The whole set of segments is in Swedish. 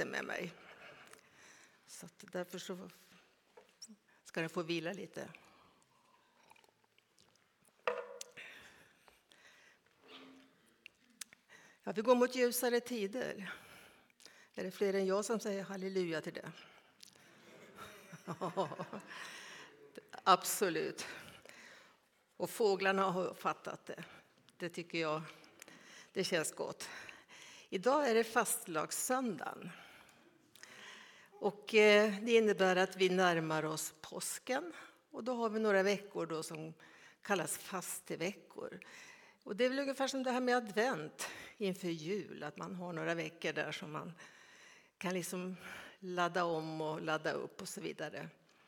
lite med mig. Så att därför så ska den få vila lite. Ja, vi går mot ljusare tider. Är det fler än jag som säger halleluja till det? Absolut. Och fåglarna har fattat det. Det tycker jag, det känns gott. Idag är det fastlagssöndagen. Och det innebär att vi närmar oss påsken. Och då har vi några veckor då som kallas fasteveckor. Och det är väl ungefär som det här med advent inför jul. Att man har några veckor där som man kan liksom ladda om och ladda upp och så vidare.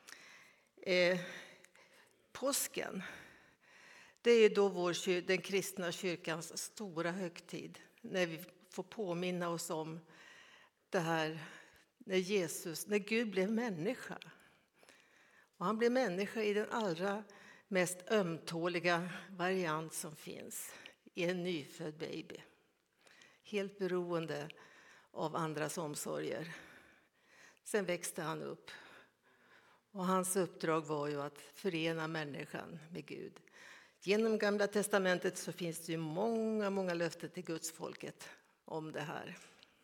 Påsken, det är då den kristna kyrkans stora högtid. När vi får påminna oss om det här när Gud blev människa. Och han blev människa i den allra mest ömtåliga variant som finns. I en nyfödd baby. Helt beroende av andras omsorger. Sen växte han upp. Och hans uppdrag var ju att förena människan med Gud. Genom Gamla testamentet så finns det ju många löften till Guds folket om det här.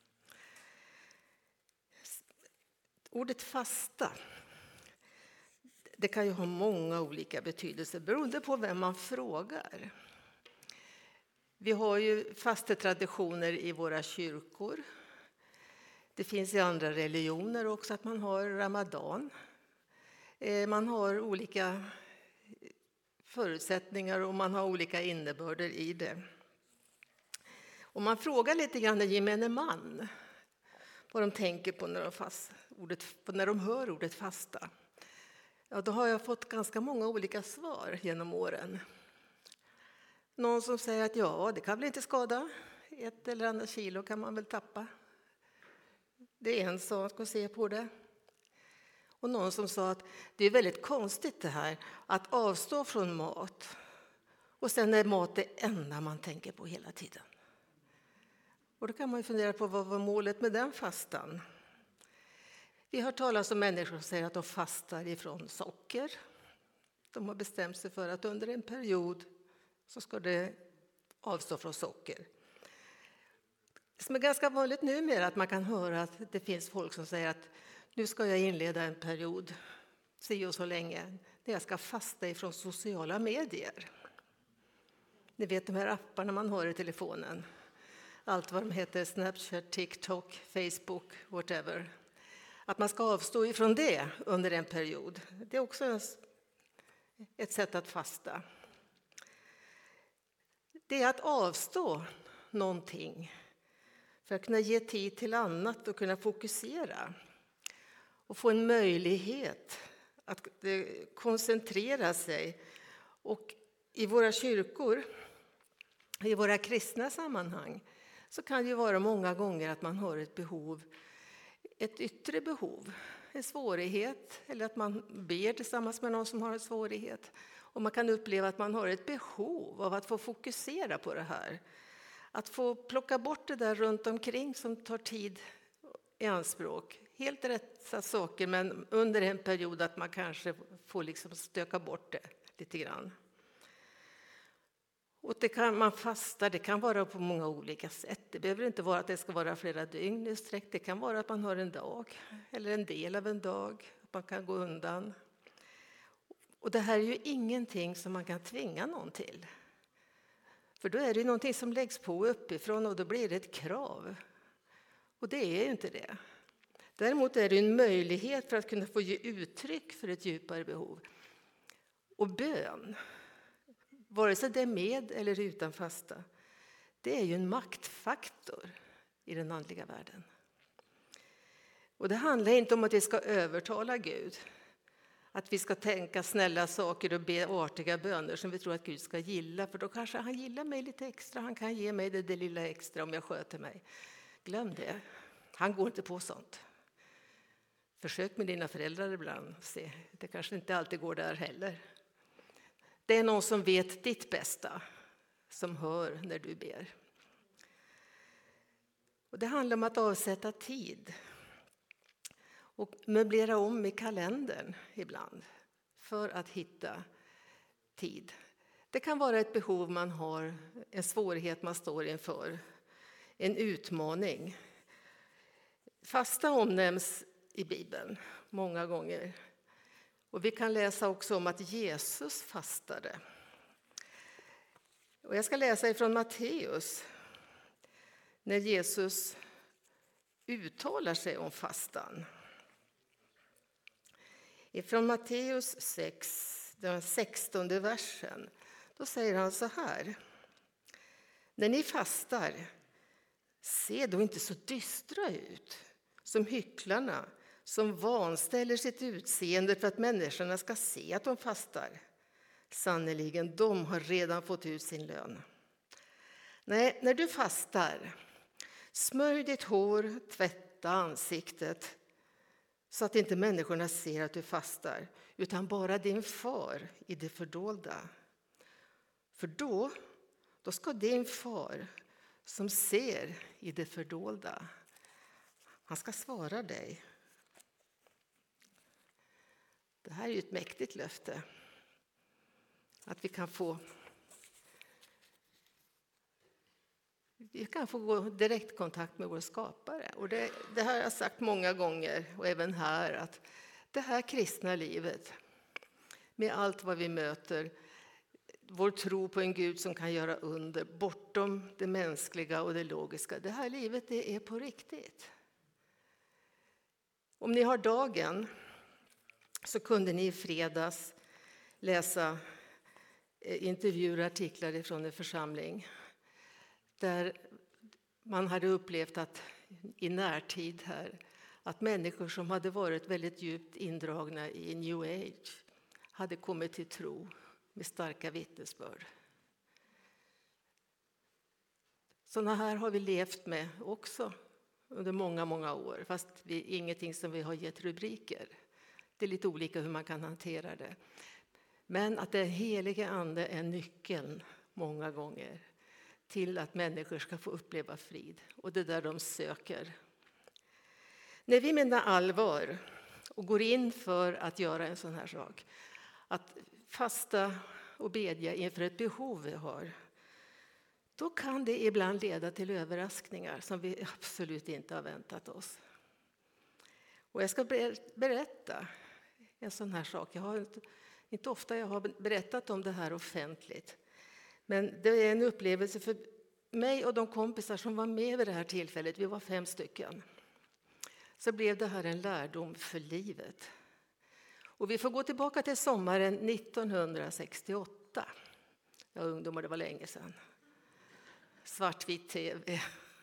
Ordet fasta, det kan ju ha många olika betydelser beroende på vem man frågar. Vi har ju fastetraditioner i våra kyrkor. Det finns i andra religioner också att man har ramadan. Man har olika förutsättningar och man har olika innebörder i det. Om man frågar lite grann gemene man vad de tänker på när de hör ordet fasta. Ja, då har jag fått ganska många olika svar genom åren. Någon som säger att ja, det kan väl inte skada. 1 eller annat kilo kan man väl tappa. Det är en sak att se på det. Och någon som sa att det är väldigt konstigt det här att avstå från mat. Och sen är mat det enda man tänker på hela tiden. Och då kan man ju fundera på vad var målet med den fastan. Vi har talat om människor som säger att de fastar ifrån socker. De har bestämt sig för att under en period så ska det avstå från socker. Det som är ganska vanligt numera att man kan höra att det finns folk som säger att nu ska jag inleda en period, se och så länge, där jag ska fasta ifrån sociala medier. Ni vet de här apparna man har i telefonen. Allt vad de heter, Snapchat, TikTok, Facebook, whatever. Att man ska avstå ifrån det under en period. Det är också ett sätt att fasta. Det är att avstå någonting för att kunna ge tid till annat och kunna fokusera. Och få en möjlighet att koncentrera sig. Och i våra kyrkor, i våra kristna sammanhang, så kan det ju vara många gånger att man har ett behov, ett yttre behov, en svårighet, eller att man ber tillsammans med någon som har en svårighet. Och man kan uppleva att man har ett behov av att få fokusera på det här. Att få plocka bort det där runt omkring som tar tid i anspråk. Helt rätt saker, men under en period att man kanske får liksom stöka bort det lite grann. Och man fastar, det kan vara på många olika sätt. Det behöver inte vara att det ska vara flera dygn i sträck. Det kan vara att man har en dag eller en del av en dag. Att man kan gå undan. Och det här är ju ingenting som man kan tvinga någon till. För då är det någonting som läggs på uppifrån och då blir det ett krav. Och det är ju inte det. Däremot är det en möjlighet för att kunna få ge uttryck för ett djupare behov. Och bön, vare sig det är med eller utan fasta, det är ju en maktfaktor i den andliga världen. Och det handlar inte om att vi ska övertala Gud. Att vi ska tänka snälla saker och be artiga böner som vi tror att Gud ska gilla. För då kanske han gillar mig lite extra. Han kan ge mig det lilla extra om jag sköter mig. Glöm det. Han går inte på sånt. Försök med dina föräldrar ibland. Se, det kanske inte alltid går där heller. Det är någon som vet ditt bästa. Som hör när du ber. Och det handlar om att avsätta tid. och möblera om i kalendern ibland för att hitta tid. Det kan vara ett behov man har, en svårighet man står inför, en utmaning. Fasta omnämns i Bibeln många gånger. Och vi kan läsa också om att Jesus fastade. Och jag ska läsa ifrån Matteus när Jesus uttalar sig om fastan. Ifrån Matteus 6, den 16:e versen, då säger han så här: när ni fastar, se då inte så dystra ut som hycklarna som vanställer sitt utseende för att människorna ska se att de fastar. Sannoliken, de har redan fått ut sin lön. Nej, när du fastar, smörj ditt hår, tvätta ansiktet så att inte människorna ser att du fastar, utan bara din far i det fördolda. För då ska din far som ser i det fördolda, han ska svara dig. Det här är ju ett mäktigt löfte. Att vi kan få gå direktkontakt med vår skapare. Och det har jag sagt många gånger, och även här, att det här kristna livet, med allt vad vi möter, vår tro på en Gud som kan göra under bortom det mänskliga och det logiska, det här livet, det är på riktigt. Om ni har dagen så kunde ni i fredags läsa intervjuer och artiklar från en församling där man hade upplevt att i närtid här att människor som hade varit väldigt djupt indragna i New Age hade kommit till tro med starka vittnesbörd. Sådana här har vi levt med också under många, många år, fast det är ingenting som vi har gett rubriker. Det är lite olika hur man kan hantera det. Men att den helige ande är nyckeln många gånger till att människor ska få uppleva frid. Och det där de söker. När vi menar allvar och går in för att göra en sån här sak, att fasta och bedja inför ett behov vi har, då kan det ibland leda till överraskningar som vi absolut inte har väntat oss. Och jag ska berätta en sån här sak. Jag har inte ofta jag har berättat om det här offentligt. Men det är en upplevelse för mig och de kompisar som var med vid det här tillfället. Vi var 5 stycken. Så blev det här en lärdom för livet. Och vi får gå tillbaka till sommaren 1968. Jag var ungdomar, det var länge sedan. Svartvit tv.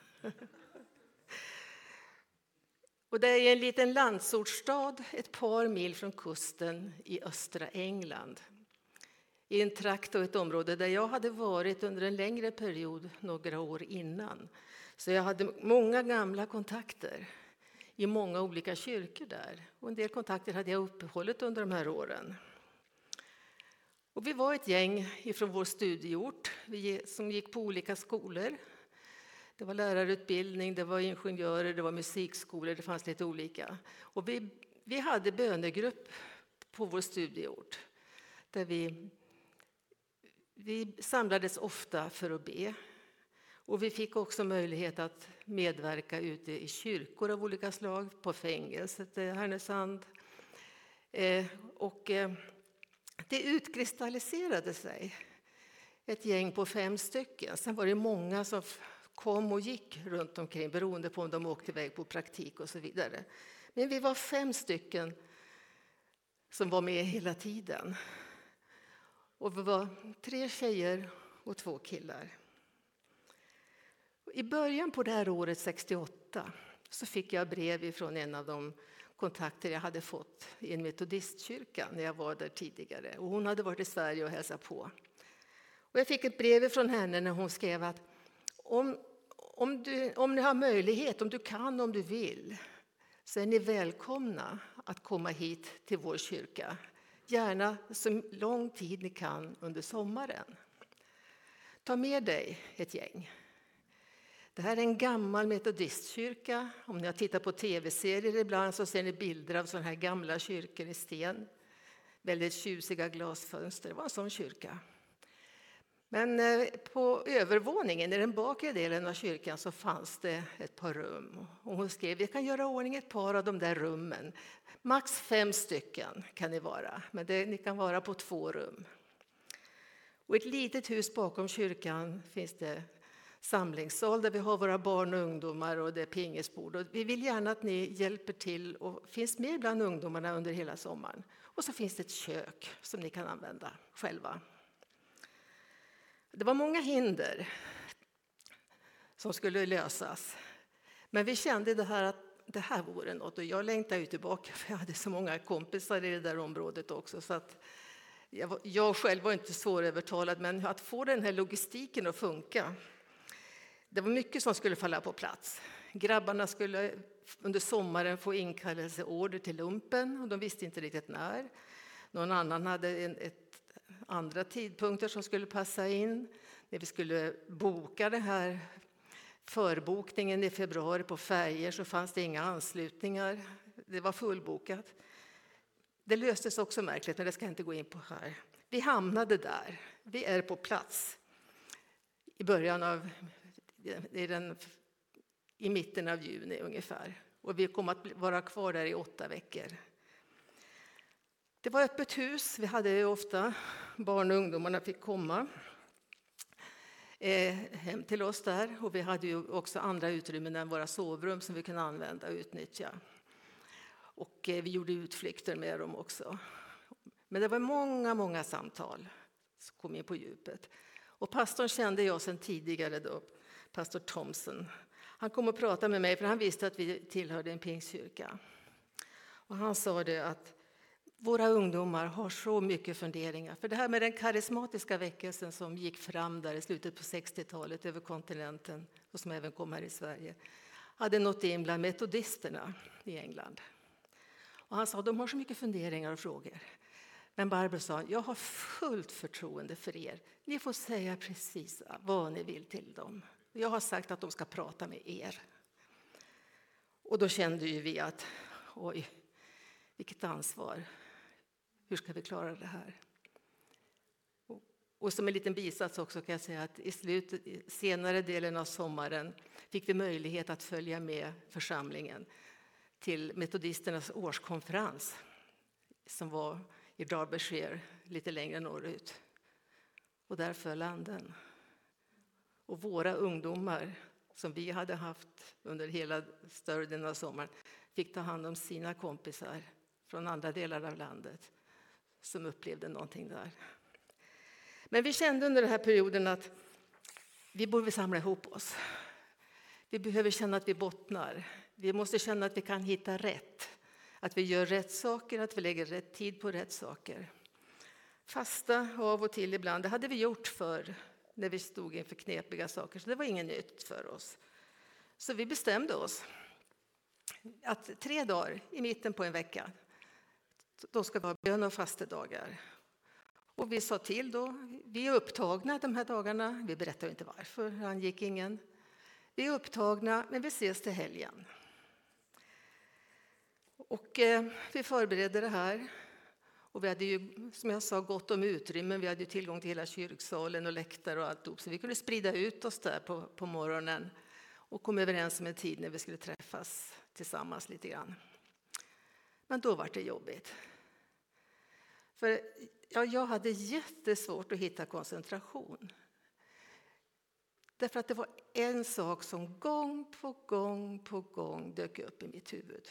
Och det är en liten landsortsstad ett par mil från kusten i östra England. I en trakt och ett område där jag hade varit under en längre period några år innan. Så jag hade många gamla kontakter i många olika kyrkor där. Och en del kontakter hade jag uppehållit under de här åren. Och vi var ett gäng från vår studieort som gick på olika skolor. Det var lärarutbildning, det var ingenjörer, det var musikskolor, det fanns lite olika. Och vi hade bönegrupp på vår studieort där vi samlades ofta för att be. Och vi fick också möjlighet att medverka ute i kyrkor av olika slag, på fängelset i Härnösand. Det utkristalliserade sig ett gäng på 5 stycken. Sen var det många som kom och gick runt omkring beroende på om de åkte iväg på praktik och så vidare. Men vi var 5 stycken som var med hela tiden. Och vi var 3 tjejer och 2 killar. I början på det här året 68 så fick jag brev från en av de kontakter jag hade fått i en metodistkyrka när jag var där tidigare. Och hon hade varit i Sverige och hälsat på. Och jag fick ett brev från henne när hon skrev att om ni har möjlighet, om du kan, om du vill, så är ni välkomna att komma hit till vår kyrka. Gärna så lång tid ni kan under sommaren. Ta med dig ett gäng. Det här är en gammal metodistkyrka. Om ni har tittat på tv-serier ibland så ser ni bilder av sådana här gamla kyrkor i sten. Väldigt tjusiga glasfönster. Det var en sån kyrka. Men på övervåningen, i den bakre delen av kyrkan, så fanns det ett par rum. Och hon skrev, vi kan göra ordning ett par av de där rummen. Max 5 stycken kan ni vara, men ni kan vara på 2 rum. Och i ett litet hus bakom kyrkan finns det samlingssal där vi har våra barn och ungdomar och det är pingisbord. Och vi vill gärna att ni hjälper till och finns med bland ungdomarna under hela sommaren. Och så finns det ett kök som ni kan använda själva. Det var många hinder som skulle lösas. Men vi kände det här att det här vore något. Och jag längtade ju tillbaka för jag hade så många kompisar i det där området också. Så att jag själv var inte svårövertalad, men att få den här logistiken att funka. Det var mycket som skulle falla på plats. Grabbarna skulle under sommaren få inkallelseorder till lumpen och de visste inte riktigt när. Någon annan hade andra tidpunkter som skulle passa in. När vi skulle boka det här förbokningen i februari på färger så fanns det inga anslutningar. Det var fullbokat. Det löstes också märkligt, men det ska jag inte gå in på här. Vi hamnade där. Vi är på plats i mitten av juni ungefär. Och vi kommer att vara kvar där i 8 veckor. Det var öppet hus. Vi hade ofta barn och ungdomarna fick komma hem till oss där. Och vi hade ju också andra utrymmen än våra sovrum som vi kunde använda och utnyttja. Och vi gjorde utflykter med dem också. Men det var många samtal som kom in på djupet. Och pastorn kände jag sedan tidigare då, pastor Thompson. Han kom och pratade med mig för han visste att vi tillhörde en pingstkyrka. Och han sa det att våra ungdomar har så mycket funderingar. För det här med den karismatiska väckelsen som gick fram där i slutet på 60-talet över kontinenten och som även kom här i Sverige hade nått in bland metodisterna i England. Och han sa de har så mycket funderingar och frågor. Men Barbro sa, jag har fullt förtroende för er. Ni får säga precis vad ni vill till dem. Jag har sagt att de ska prata med er. Och då kände ju vi att, oj, vilket ansvar. Hur ska vi klara det här? Och som en liten bisats också kan jag säga att i senare delen av sommaren fick vi möjlighet att följa med församlingen till metodisternas årskonferens som var i Derbyshire, lite längre norrut. Och där föll anden. Och våra ungdomar som vi hade haft under hela större delen av sommaren fick ta hand om sina kompisar från andra delar av landet som upplevde någonting där. Men vi kände under den här perioden att vi borde samla ihop oss. Vi behöver känna att vi bottnar. Vi måste känna att vi kan hitta rätt. Att vi gör rätt saker, att vi lägger rätt tid på rätt saker. Fasta av och till ibland, det hade vi gjort förr när vi stod inför knepiga saker. Så det var inget nytt för oss. Så vi bestämde oss att 3 dagar i mitten på en vecka, då ska vi ha bön- och fastedagar. Och vi sa till då, vi är upptagna de här dagarna. Vi berättade inte varför, han gick ingen. Vi är upptagna, men vi ses till helgen. Och vi förberedde det här. Och vi hade ju, som jag sa, gott om utrymmen. Vi hade ju tillgång till hela kyrksalen och läktare och allt. Så vi kunde sprida ut oss där på morgonen. Och kom överens om en tid när vi skulle träffas tillsammans lite grann. Men då var det jobbigt. För jag hade jättesvårt att hitta koncentration. Därför att det var en sak som gång på gång dök upp i mitt huvud.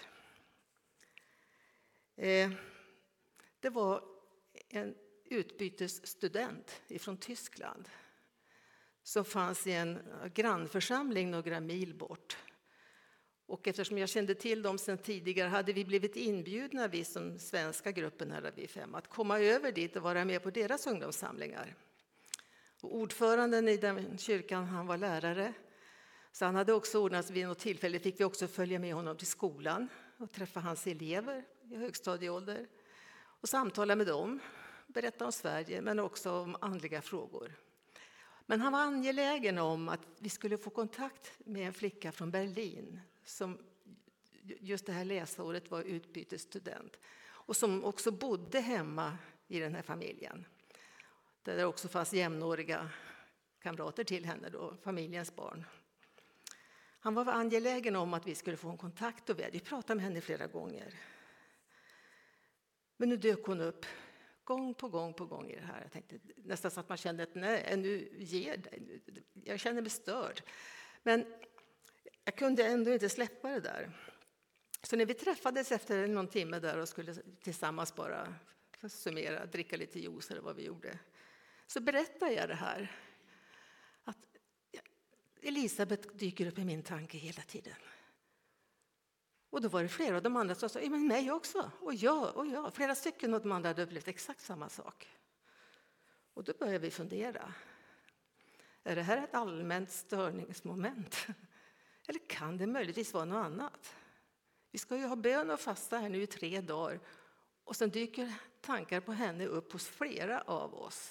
Det var en utbytesstudent från Tyskland som fanns i en grannförsamling några mil bort. Och eftersom jag kände till dem sedan tidigare hade vi blivit inbjudna, vi som svenska gruppen här, vi 5, att komma över dit och vara med på deras ungdomssamlingar. Och ordföranden i den kyrkan, han var lärare. Så han hade också ordnat, vid något tillfälle fick vi också följa med honom till skolan och träffa hans elever i högstadieålder. Och samtala med dem, berätta om Sverige men också om andliga frågor. Men han var angelägen om att vi skulle få kontakt med en flicka från Berlin som just det här läsåret var utbytesstudent och som också bodde hemma i den här familjen. Där det också fanns jämnåriga kamrater till henne, då, familjens barn. Han var angelägen om att vi skulle få en kontakt och vi pratade med henne flera gånger. Men nu dök hon upp gång på gång i det här. Jag tänkte nästan så att man kände att nej, nu ger dig. Jag känner mig störd. Men jag kunde ändå inte släppa det där. Så när vi träffades efter någon timme där och skulle tillsammans bara summera, dricka lite juice eller vad vi gjorde, så berättade jag det här. Att Elisabeth dyker upp i min tanke hela tiden. Och då var det flera av de andra som sa, men mig också. Och jag. Flera stycken av de andra hade upplevt exakt samma sak. Och då började vi fundera. Är det här ett allmänt störningsmoment? Eller kan det möjligtvis vara något annat? Vi ska ju ha bön och fasta här nu i 3 dagar. Och sen dyker tankar på henne upp hos flera av oss.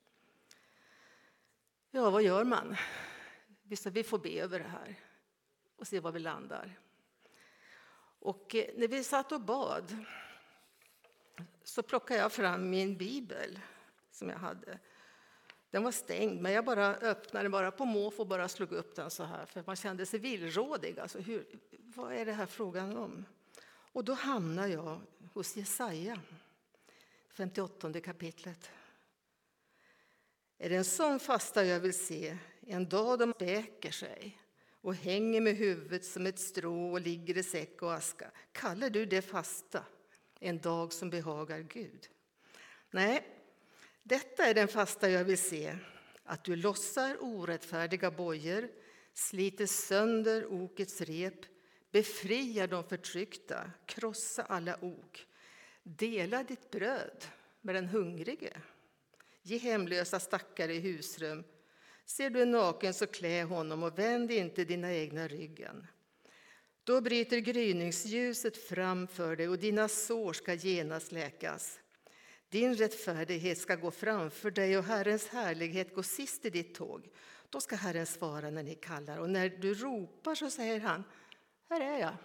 Ja, vad gör man? Vi får be över det här och se var vi landar. Och när vi satt och bad så plockade jag fram min bibel som jag hade. Den var stängd, men jag bara öppnade den bara på måfå och bara slog upp den så här. För man kände sig villrådig. Alltså vad är det här frågan om? Och då hamnade jag hos Jesaja, 58 kapitlet. Är det en sån fasta jag vill se, en dag de späker sig och hänger med huvudet som ett strå och ligger i säck och aska. Kallar du det fasta, en dag som behagar Gud? Nej, detta är den fasta jag vill se, att du lossar orättfärdiga bojor, sliter sönder okets rep, befriar de förtryckta, krossa alla ok, dela ditt bröd med den hungrige, ge hemlösa stackare i husrum. Ser du en naken så klä honom och vänd inte dina egna ryggen. Då bryter gryningsljuset fram för dig och dina sår ska genast läkas. Din rättfärdighet ska gå framför dig och Herrens härlighet gå sist i ditt tåg. Då ska Herren svara när ni kallar och när du ropar så säger han, här är jag.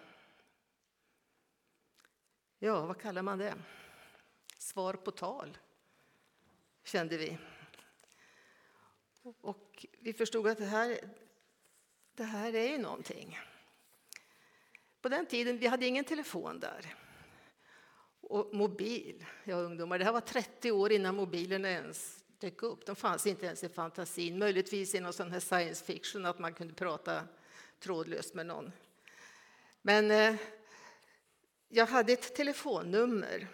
Ja, vad kallar man det? Svar på tal, kände vi. Och vi förstod att det här är ju någonting. På den tiden, vi hade ingen telefon där. Och mobil, ungdomar, det här var 30 år innan mobilerna ens dök upp. De fanns inte ens i fantasin, möjligtvis i någon sån här science fiction att man kunde prata trådlöst med någon. Men jag hade ett telefonnummer.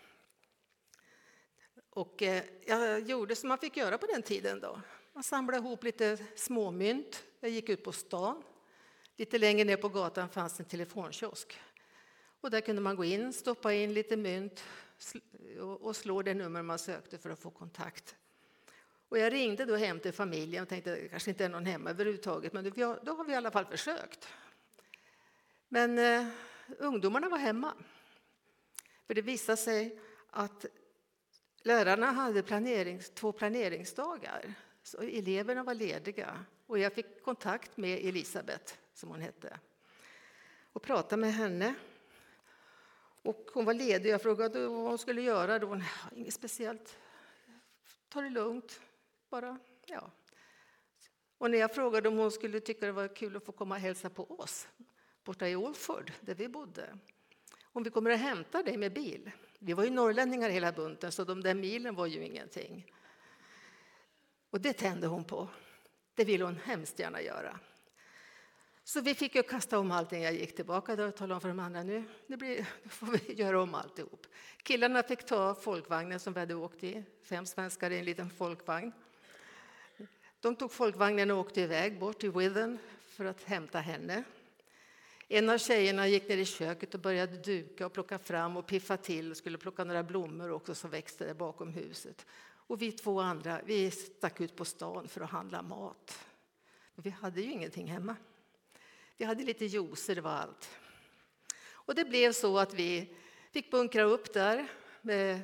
Och jag gjorde som man fick göra på den tiden då. Man samlade ihop lite småmynt. Jag gick ut på stan. Lite längre ner på gatan fanns en telefonkiosk. Och där kunde man gå in, stoppa in lite mynt och slå det nummer man sökte för att få kontakt. Och jag ringde då hem till familjen och tänkte att det kanske inte är någon hemma överhuvudtaget. Men då har vi i alla fall försökt. Men ungdomarna var hemma. För det visade sig att lärarna hade 2 planeringsdagar. Så eleverna var lediga. Och jag fick kontakt med Elisabeth, som hon hette. Och pratade med henne. Och hon var ledig. Jag frågade vad hon skulle göra. Då inget speciellt. Ta det lugnt. Bara, ja. Och när jag frågade om hon skulle tycka det var kul att få komma och hälsa på oss. Borta i Ålford, där vi bodde. Om vi kommer att hämta dig med bil. Vi var ju norrlänningar hela bunten, så de där milen var ju ingenting. Och det tände hon på. Det ville hon hemskt gärna göra. Så vi fick ju kasta om allting. Jag gick tillbaka och talade om för de andra. Nu får vi göra om alltihop. Killarna fick ta folkvagnen som vi hade åkt i. 5 svenskar i en liten folkvagn. De tog folkvagnen och åkte iväg bort till Withen för att hämta henne. En av tjejerna gick ner i köket och började duka och plocka fram och piffa till. Skulle plocka några blommor också som växte där bakom huset. Och vi 2 andra, vi stack ut på stan för att handla mat. Men vi hade ju ingenting hemma. Vi hade lite juicer, det var allt. Och det blev så att vi fick bunkra upp där med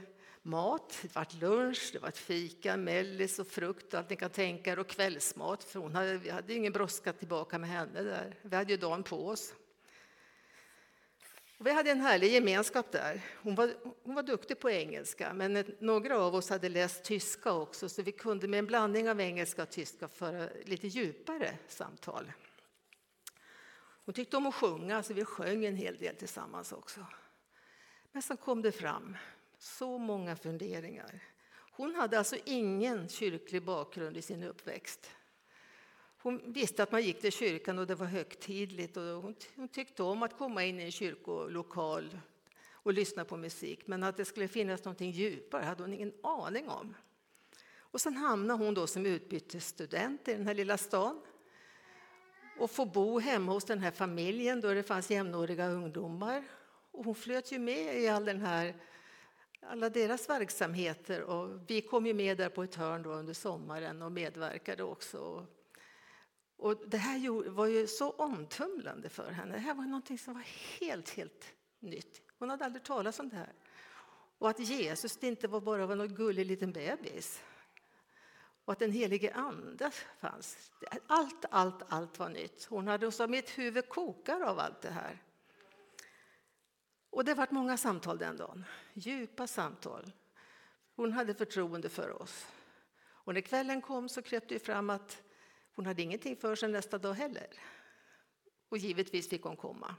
mat. Det var lunch, det var ett fika, mellis och frukt, allt ni kan tänka er, och kvällsmat. För vi hade ingen brådska tillbaka med henne där. Vi hade ju dagen på oss. Och vi hade en härlig gemenskap där. Hon var duktig på engelska, men några av oss hade läst tyska också, så vi kunde med en blandning av engelska och tyska föra lite djupare samtal. Hon tyckte om att sjunga, så vi sjöng en hel del tillsammans också. Men sen kom det fram så många funderingar. Hon hade alltså ingen kyrklig bakgrund i sin uppväxt. Hon visste att man gick till kyrkan och det var högtidligt. Och hon tyckte om att komma in i en kyrkolokal och lyssna på musik. Men att det skulle finnas något djupare hade hon ingen aning om. Och sen hamnade hon då som utbytesstudent i den här lilla stan. Och få bo hemma hos den här familjen då det fanns jämnåriga ungdomar. Och hon flöt ju med i alla deras verksamheter. Och vi kom ju med där på ett hörn då under sommaren och medverkade också. Och det här var ju så omtumlande för henne. Det här var någonting som var helt nytt. Hon hade aldrig talat om det här. Och att Jesus inte bara var någon gullig liten bebis. Och att den helige ande fanns. Allt var nytt. Hon hade också mitt huvud kokar av allt det här. Och det var många samtal den dagen. Djupa samtal. Hon hade förtroende för oss. Och när kvällen kom så kröp det fram att hon hade ingenting för sig nästa dag heller. Och givetvis fick hon komma.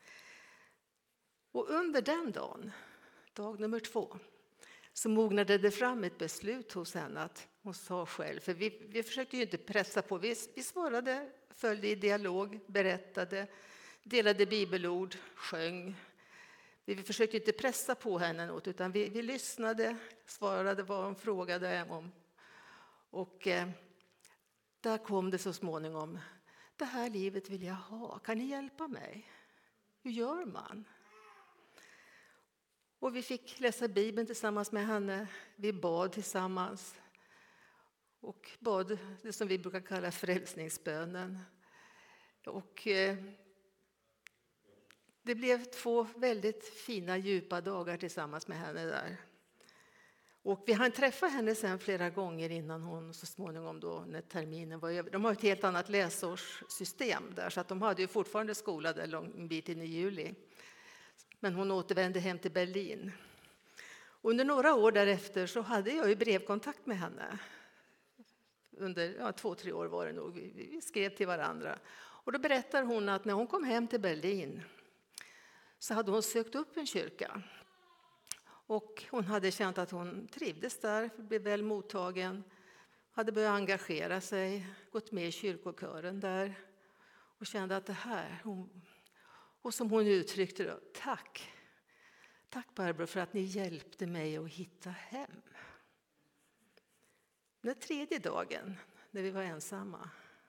Och under den dagen, dag nummer 2, så mognade det fram ett beslut hos henne att hon sa själv. För vi försökte ju inte pressa på. Vi svarade, följde i dialog, berättade, delade bibelord, sjöng. Vi försökte inte pressa på henne något, utan vi lyssnade, svarade vad hon frågade om. Och där kom det så småningom. Det här livet vill jag ha. Kan ni hjälpa mig? Hur gör man? Och vi fick läsa Bibeln tillsammans med henne. Vi bad tillsammans. Och bad det som vi brukar kalla frälsningsbönen. Och det blev 2 väldigt fina, djupa dagar tillsammans med henne där. Och vi hann träffa henne sen flera gånger innan hon så småningom då, när terminen var över. De har ett helt annat läsårssystem där, så att de hade ju fortfarande skola där en bit in i juli. Men hon återvände hem till Berlin. Under några år därefter så hade jag ju brevkontakt med henne. Under 2-3 år var det nog. Vi skrev till varandra. Och då berättar hon att när hon kom hem till Berlin så hade hon sökt upp en kyrka. Och hon hade känt att hon trivdes där, blev väl mottagen. Hade börjat engagera sig, gått med i kyrkokören där. Och kände att det här, och som hon uttryckte det, tack. Tack Barbro för att ni hjälpte mig att hitta hem. Den 3:e dagen, när vi var ensamma,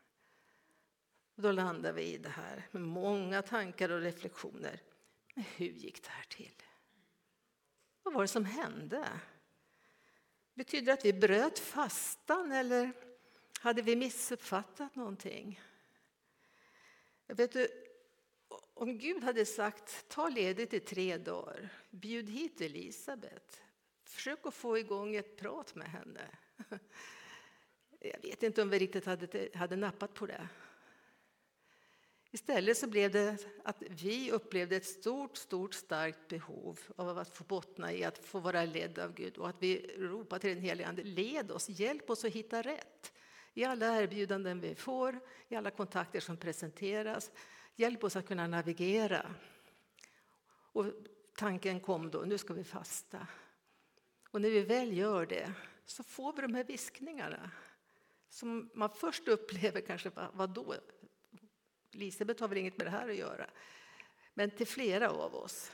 då landade vi i det här med många tankar och reflektioner. Men hur gick det här till? Vad var det som hände? Betyder det att vi bröt fastan eller hade vi missuppfattat någonting? Jag vet du, om Gud hade sagt ta ledigt i 3 dagar, bjud hit Elisabet, försök att få igång ett prat med henne. Jag vet inte om vi riktigt hade nappat på det. Istället så blev det att vi upplevde ett stort starkt behov av att få bottna i att få vara ledd av Gud. Och att vi ropar till den helige Ande, led oss, hjälp oss att hitta rätt. I alla erbjudanden vi får, i alla kontakter som presenteras. Hjälp oss att kunna navigera. Och tanken kom då, nu ska vi fasta. Och när vi väl gör det så får vi de här viskningarna. Som man först upplever kanske, vad då? Elisabet har väl inget med det här att göra. Men till flera av oss.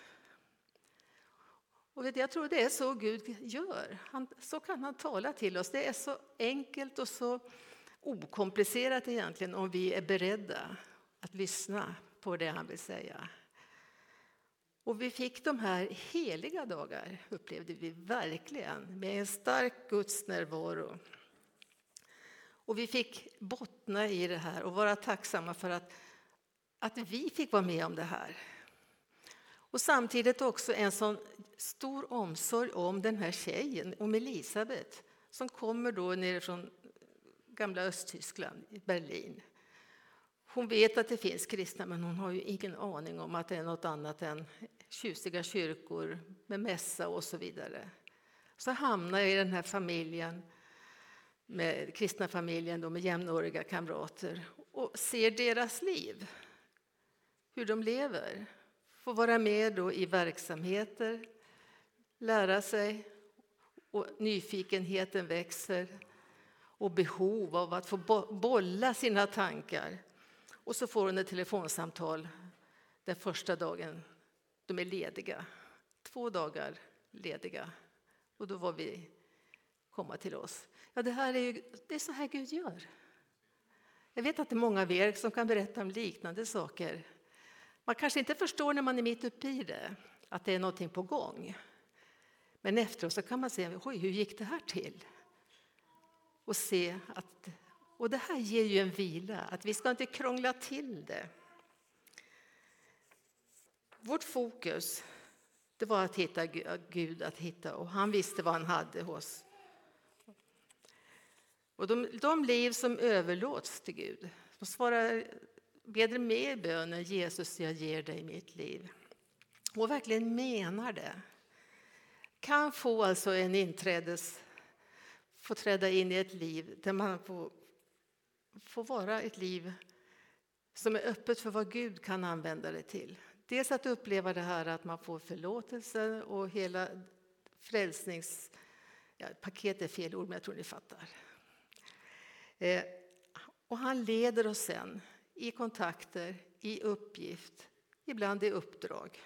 Och jag tror det är så Gud gör. Så kan han tala till oss. Det är så enkelt och så okomplicerat egentligen om vi är beredda att lyssna på det han vill säga. Och vi fick de här heliga dagar, upplevde vi verkligen, med en stark Guds närvaro. Och vi fick bottna i det här och vara tacksamma för att vi fick vara med om det här. Och samtidigt också en sån stor omsorg om den här tjejen, om Elisabet, som kommer då ner från gamla Östtyskland, i Berlin. Hon vet att det finns kristna, men hon har ju ingen aning om att det är något annat än tjusiga kyrkor med mässa och så vidare. Så hamnar jag i den här familjen, med kristna familjen då, med jämnåriga kamrater, och ser deras liv, hur de lever. Får vara med då i verksamheter, lära sig, och nyfikenheten växer och behov av att få bolla sina tankar. Och så får hon ett telefonsamtal den första dagen de är lediga. 2 dagar lediga. Och då var vi komma till oss. Ja, det är så här Gud gör. Jag vet att det är många av er som kan berätta om liknande saker. Man kanske inte förstår när man är mitt uppe i det, att det är någonting på gång. Men efteråt så kan man säga, oj, hur gick det här till? Och se att, och det här ger ju en vila, att vi ska inte krångla till det. Vårt fokus, det var att hitta Gud, och han visste vad han hade hos. Och de liv som överlåts till Gud, de ber med i bönen, Jesus, jag ger dig mitt liv. Och verkligen menar det. Kan få alltså få träda in i ett liv där man får vara ett liv som är öppet för vad Gud kan använda det till. Dels att uppleva det här att man får förlåtelse och hela paket är fel ord, men jag tror ni fattar. Och han leder oss sen i kontakter, i uppgift, ibland i uppdrag.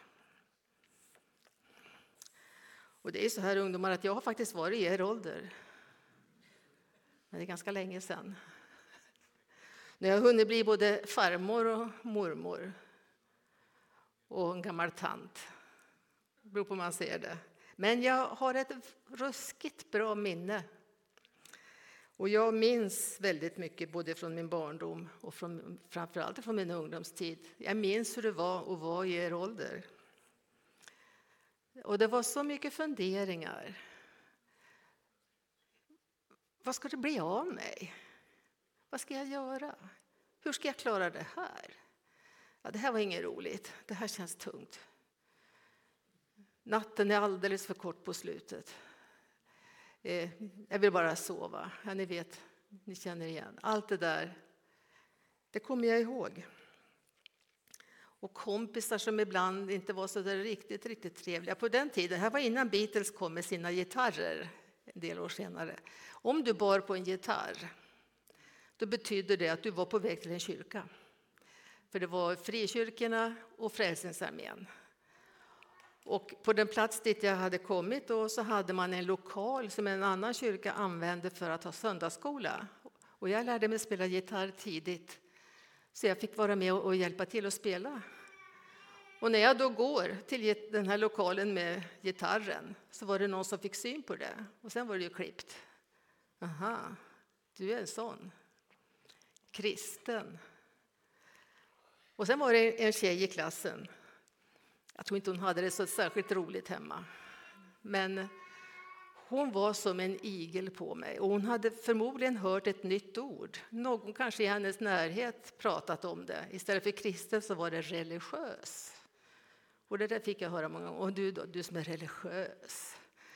Och det är så här ungdomar att jag har faktiskt varit i er ålder. Men det är ganska länge sedan. När jag hunnit bli både farmor och mormor. Och en gammal tant. Det beror på hur man ser det. Men jag har ett ruskigt bra minne. Och jag minns väldigt mycket både från min barndom och framförallt från min ungdomstid. Jag minns hur det var att vara i er ålder. Och det var så mycket funderingar. Vad ska det bli av mig? Vad ska jag göra? Hur ska jag klara det här? Ja, det här var inget roligt. Det här känns tungt. Natten är alldeles för kort på slutet. Jag vill bara sova. Ja, ni vet, ni känner igen. Allt det där, det kommer jag ihåg. Och kompisar som ibland inte var så där riktigt trevliga. På den tiden, här var innan Beatles kom med sina gitarrer, en del år senare. Om du bar på en gitarr, då betyder det att du var på väg till en kyrka. För det var frikyrkorna och Frälsningsarmén. Och på den plats dit jag hade kommit då, så hade man en lokal som en annan kyrka använde för att ha söndagsskola. Och jag lärde mig spela gitarr tidigt. Så jag fick vara med och hjälpa till att spela. Och när jag då går till den här lokalen med gitarren så var det någon som fick syn på det. Och sen var det ju klippt. Aha, du är en sån. Kristen. Och sen var det en tjej i klassen. Jag tror inte hon hade det så särskilt roligt hemma. Men hon var som en igel på mig. Och hon hade förmodligen hört ett nytt ord. Någon kanske i hennes närhet pratat om det. Istället för kristen så var det religiös. Och det där fick jag höra många gånger. Och du då, du som är religiös.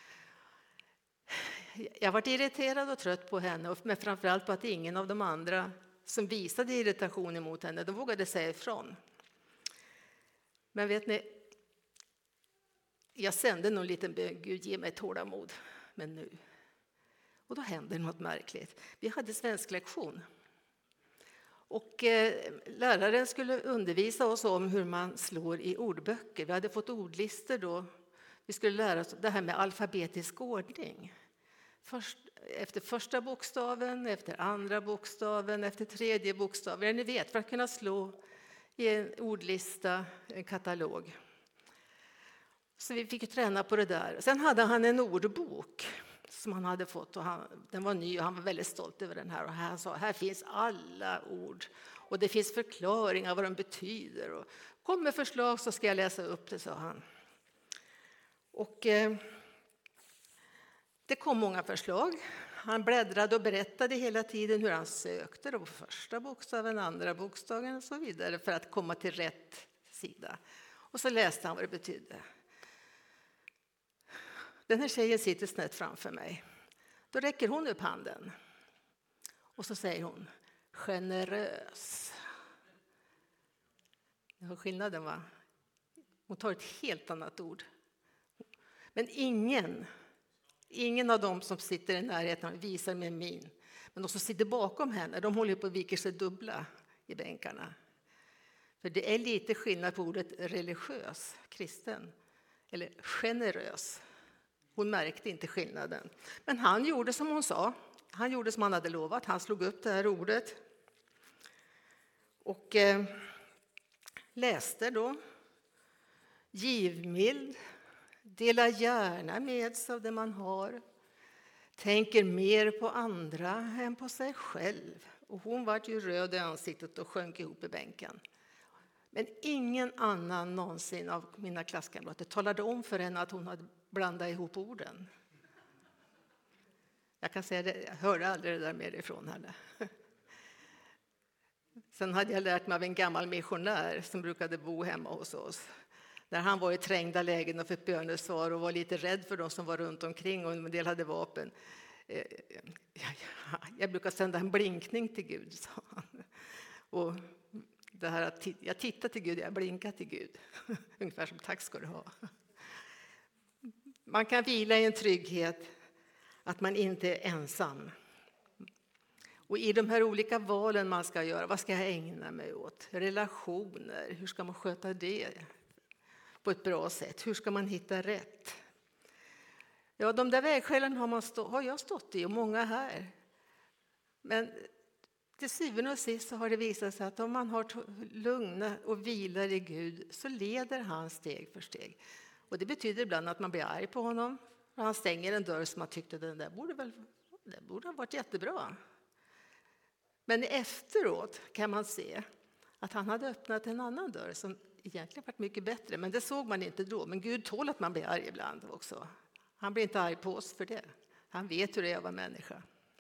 Jag var irriterad och trött på henne. Men framförallt på att ingen av de andra som visade irritation emot henne, de vågade säga ifrån. Men vet ni, jag sände någon liten bön, Gud ge mig tålamod, men nu. Och då hände något märkligt. Vi hade svensklektion. Och läraren skulle undervisa oss om hur man slår i ordböcker. Vi hade fått ordlister då. Vi skulle lära oss det här med alfabetisk ordning. Efter första bokstaven, efter andra bokstaven, efter tredje bokstaven. Ni vet, för att kunna slå i en ordlista, en katalog. Så vi fick träna på det där. Sen hade han en ordbok som han hade fått. Och den var ny och han var väldigt stolt över den här. Och han sa, här finns alla ord. Och det finns förklaringar vad de betyder. Och kom med förslag så ska jag läsa upp det, sa han. Och det kom många förslag. Han bläddrade och berättade hela tiden hur han sökte på första bokstaven, andra bokstaven och så vidare för att komma till rätt sida. Och så läste han vad det betydde. Den här tjejen sitter snett framför mig. Då räcker hon upp handen. Och så säger hon, generös. Det var skillnaden, va? Hon tar ett helt annat ord. Men ingen av dem som sitter i närheten visar med min. Men de som sitter bakom henne, de håller på att vika sig dubbla i bänkarna. För det är lite skillnad på ordet religiös, kristen, eller generös. Hon märkte inte skillnaden. Men han gjorde som hon sa. Han gjorde som han hade lovat. Han slog upp det här ordet. Och läste då. Givmild. Dela gärna med sig av det man har. Tänker mer på andra än på sig själv. Och hon var ju röd i ansiktet och sjönk ihop i bänken. Men ingen annan någonsin av mina klasskamrater talade om för henne att hon hade blandat ihop orden. Jag kan säga det, jag hörde aldrig det där mer ifrån henne. Sen hade jag lärt mig av en gammal missionär som brukade bo hemma hos oss. När han var i trängda lägen och fick bönesvar och var lite rädd för de som var runt omkring och en del hade vapen. Jag brukar sända en blinkning till Gud, sa han. Och det här att jag tittar till Gud, jag blinkar till Gud. Ungefär som tack ska du ha. Man kan vila i en trygghet att man inte är ensam. Och i de här olika valen man ska göra, vad ska jag ägna mig åt? Relationer, hur ska man sköta det på ett bra sätt? Hur ska man hitta rätt? Ja, de där vägskälen har jag stått i och många här. Men till syvende och sist så har det visat sig att om man har lugna och vilar i Gud så leder han steg för steg. Och det betyder ibland att man blir arg på honom. Och han stänger en dörr som man tyckte den där borde ha varit jättebra. Men efteråt kan man se att han hade öppnat en annan dörr som egentligen varit mycket bättre. Men det såg man inte då. Men Gud tål att man blir arg ibland också. Han blir inte arg på oss för det. Han vet hur det är att vara människa.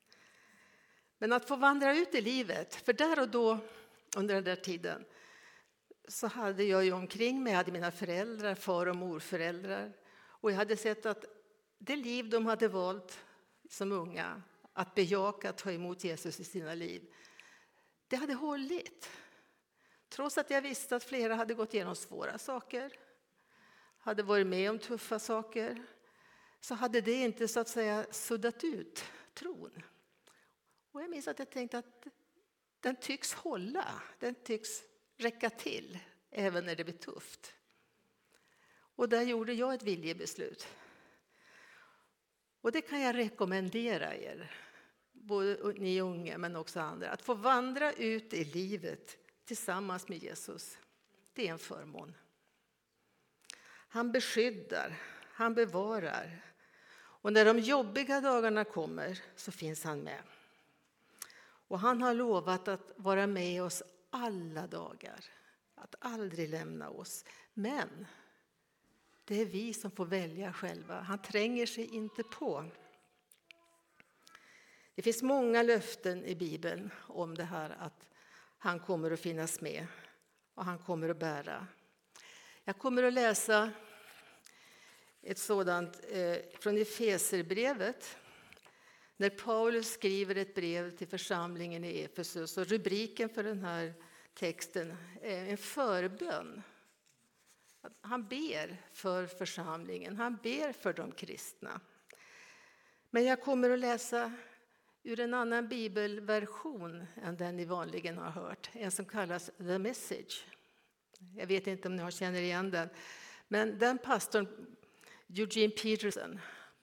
Men att få vandra ut i livet, för där och då under den där tiden så hade jag ju omkring mig, jag hade mina föräldrar, far- och morföräldrar. Och jag hade sett att det liv de hade valt som unga, att bejaka, att ta emot Jesus i sina liv, det hade hållit. Trots att jag visste att flera hade gått igenom svåra saker, hade varit med om tuffa saker, så hade det inte så att säga suddat ut tron. Och jag minns att jag tänkte att den tycks hålla, den tycks räcka till även när det blir tufft. Och där gjorde jag ett viljebeslut. Och det kan jag rekommendera er, både ni unga men också andra, att få vandra ut i livet tillsammans med Jesus. Det är en förmån. Han beskyddar, han bevarar. Och när de jobbiga dagarna kommer så finns han med. Och han har lovat att vara med oss alla dagar. Att aldrig lämna oss. Men det är vi som får välja själva. Han tränger sig inte på. Det finns många löften i Bibeln om det här att han kommer att finnas med. Och han kommer att bära. Jag kommer att läsa ett sådant från Efeserbrevet. När Paulus skriver ett brev till församlingen i Efesus, och rubriken för den här texten är en förbön. Han ber för församlingen, han ber för de kristna. Men jag kommer att läsa ur en annan bibelversion än den ni vanligen har hört. En som kallas The Message. Jag vet inte om ni känner igen den. Men den pastorn, Eugene Peterson,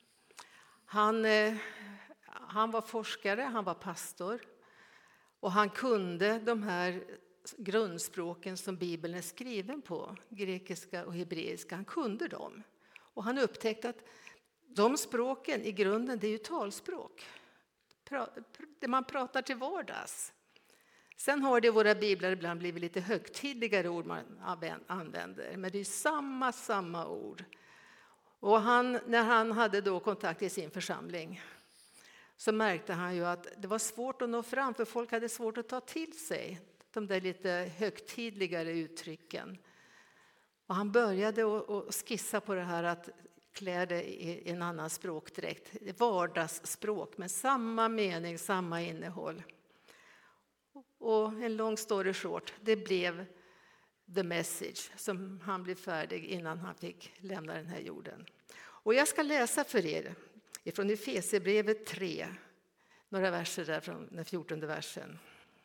han var forskare, han var pastor. Och han kunde de här grundspråken som Bibeln är skriven på, grekiska och hebreiska. Han kunde dem. Och han upptäckte att de språken i grunden, det är ju talspråk. Det man pratar till vardags. Sen har det i våra biblar ibland blivit lite högtidligare ord man använder. Men det är samma ord. Och när han hade då kontakt i sin församling så märkte han ju att det var svårt att nå fram, för folk hade svårt att ta till sig de där lite högtidligare uttrycken. Och han började att skissa på det här att klä det i en annan språkdräkt. Vardagsspråk med samma mening, samma innehåll. Och en lång story short, det blev The Message som han blev färdig innan han fick lämna den här jorden. Och jag ska läsa för er ifrån Efesierbrevet 3, några verser där från den 14:e versen.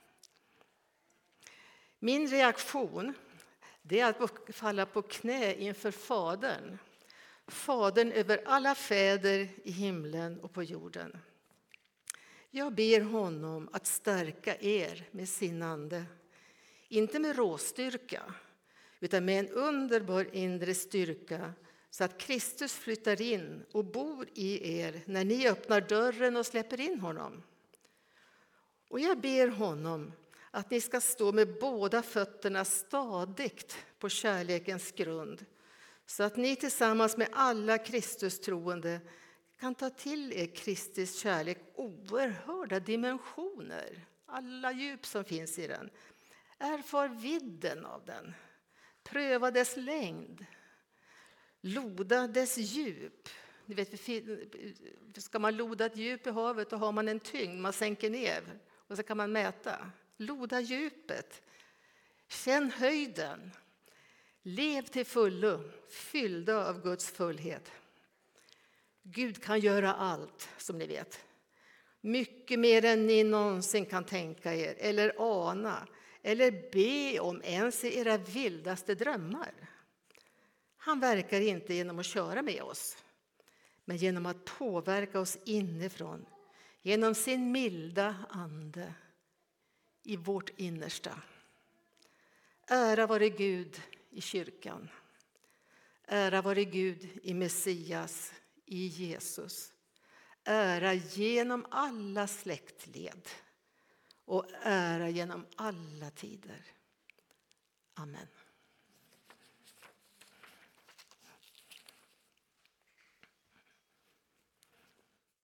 Min reaktion, det är att falla på knä inför Fadern. Fadern över alla fäder i himlen och på jorden. Jag ber honom att stärka er med sin ande. Inte med råstyrka, utan med en underbar inre styrka, så att Kristus flyttar in och bor i er när ni öppnar dörren och släpper in honom. Och jag ber honom att ni ska stå med båda fötterna stadigt på kärlekens grund, så att ni tillsammans med alla Kristus troende kan ta till er Kristus kärlek oerhörda dimensioner, alla djup som finns i den. Erfar vidden av den, pröva dess längd, loda dess djup. Ni vet, ska man loda ett djup i havet, då har man en tyngd, man sänker ner och så kan man mäta. Loda djupet, känn höjden, lev till fullo, fyllda av Guds fullhet. Gud kan göra allt, som ni vet. Mycket mer än ni någonsin kan tänka er eller ana eller be om ens i era vildaste drömmar. Han verkar inte genom att köra med oss, men genom att påverka oss inifrån, genom sin milda ande i vårt innersta. Ära vare Gud i kyrkan. Ära vare Gud i Messias, i Jesus. Ära genom alla släktled och ära genom alla tider. Amen.